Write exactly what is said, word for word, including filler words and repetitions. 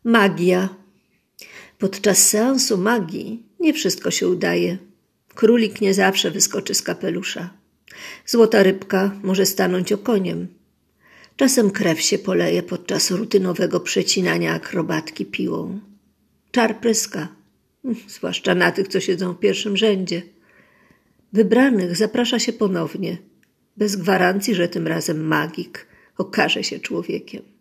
Magia. Podczas seansu magii nie wszystko się udaje. Królik nie zawsze wyskoczy z kapelusza. Złota rybka może stanąć okoniem. Czasem krew się poleje podczas rutynowego przecinania akrobatki piłą. Czar pryska, zwłaszcza na tych, co siedzą w pierwszym rzędzie. Wybranych zaprasza się ponownie, bez gwarancji, że tym razem magik okaże się człowiekiem.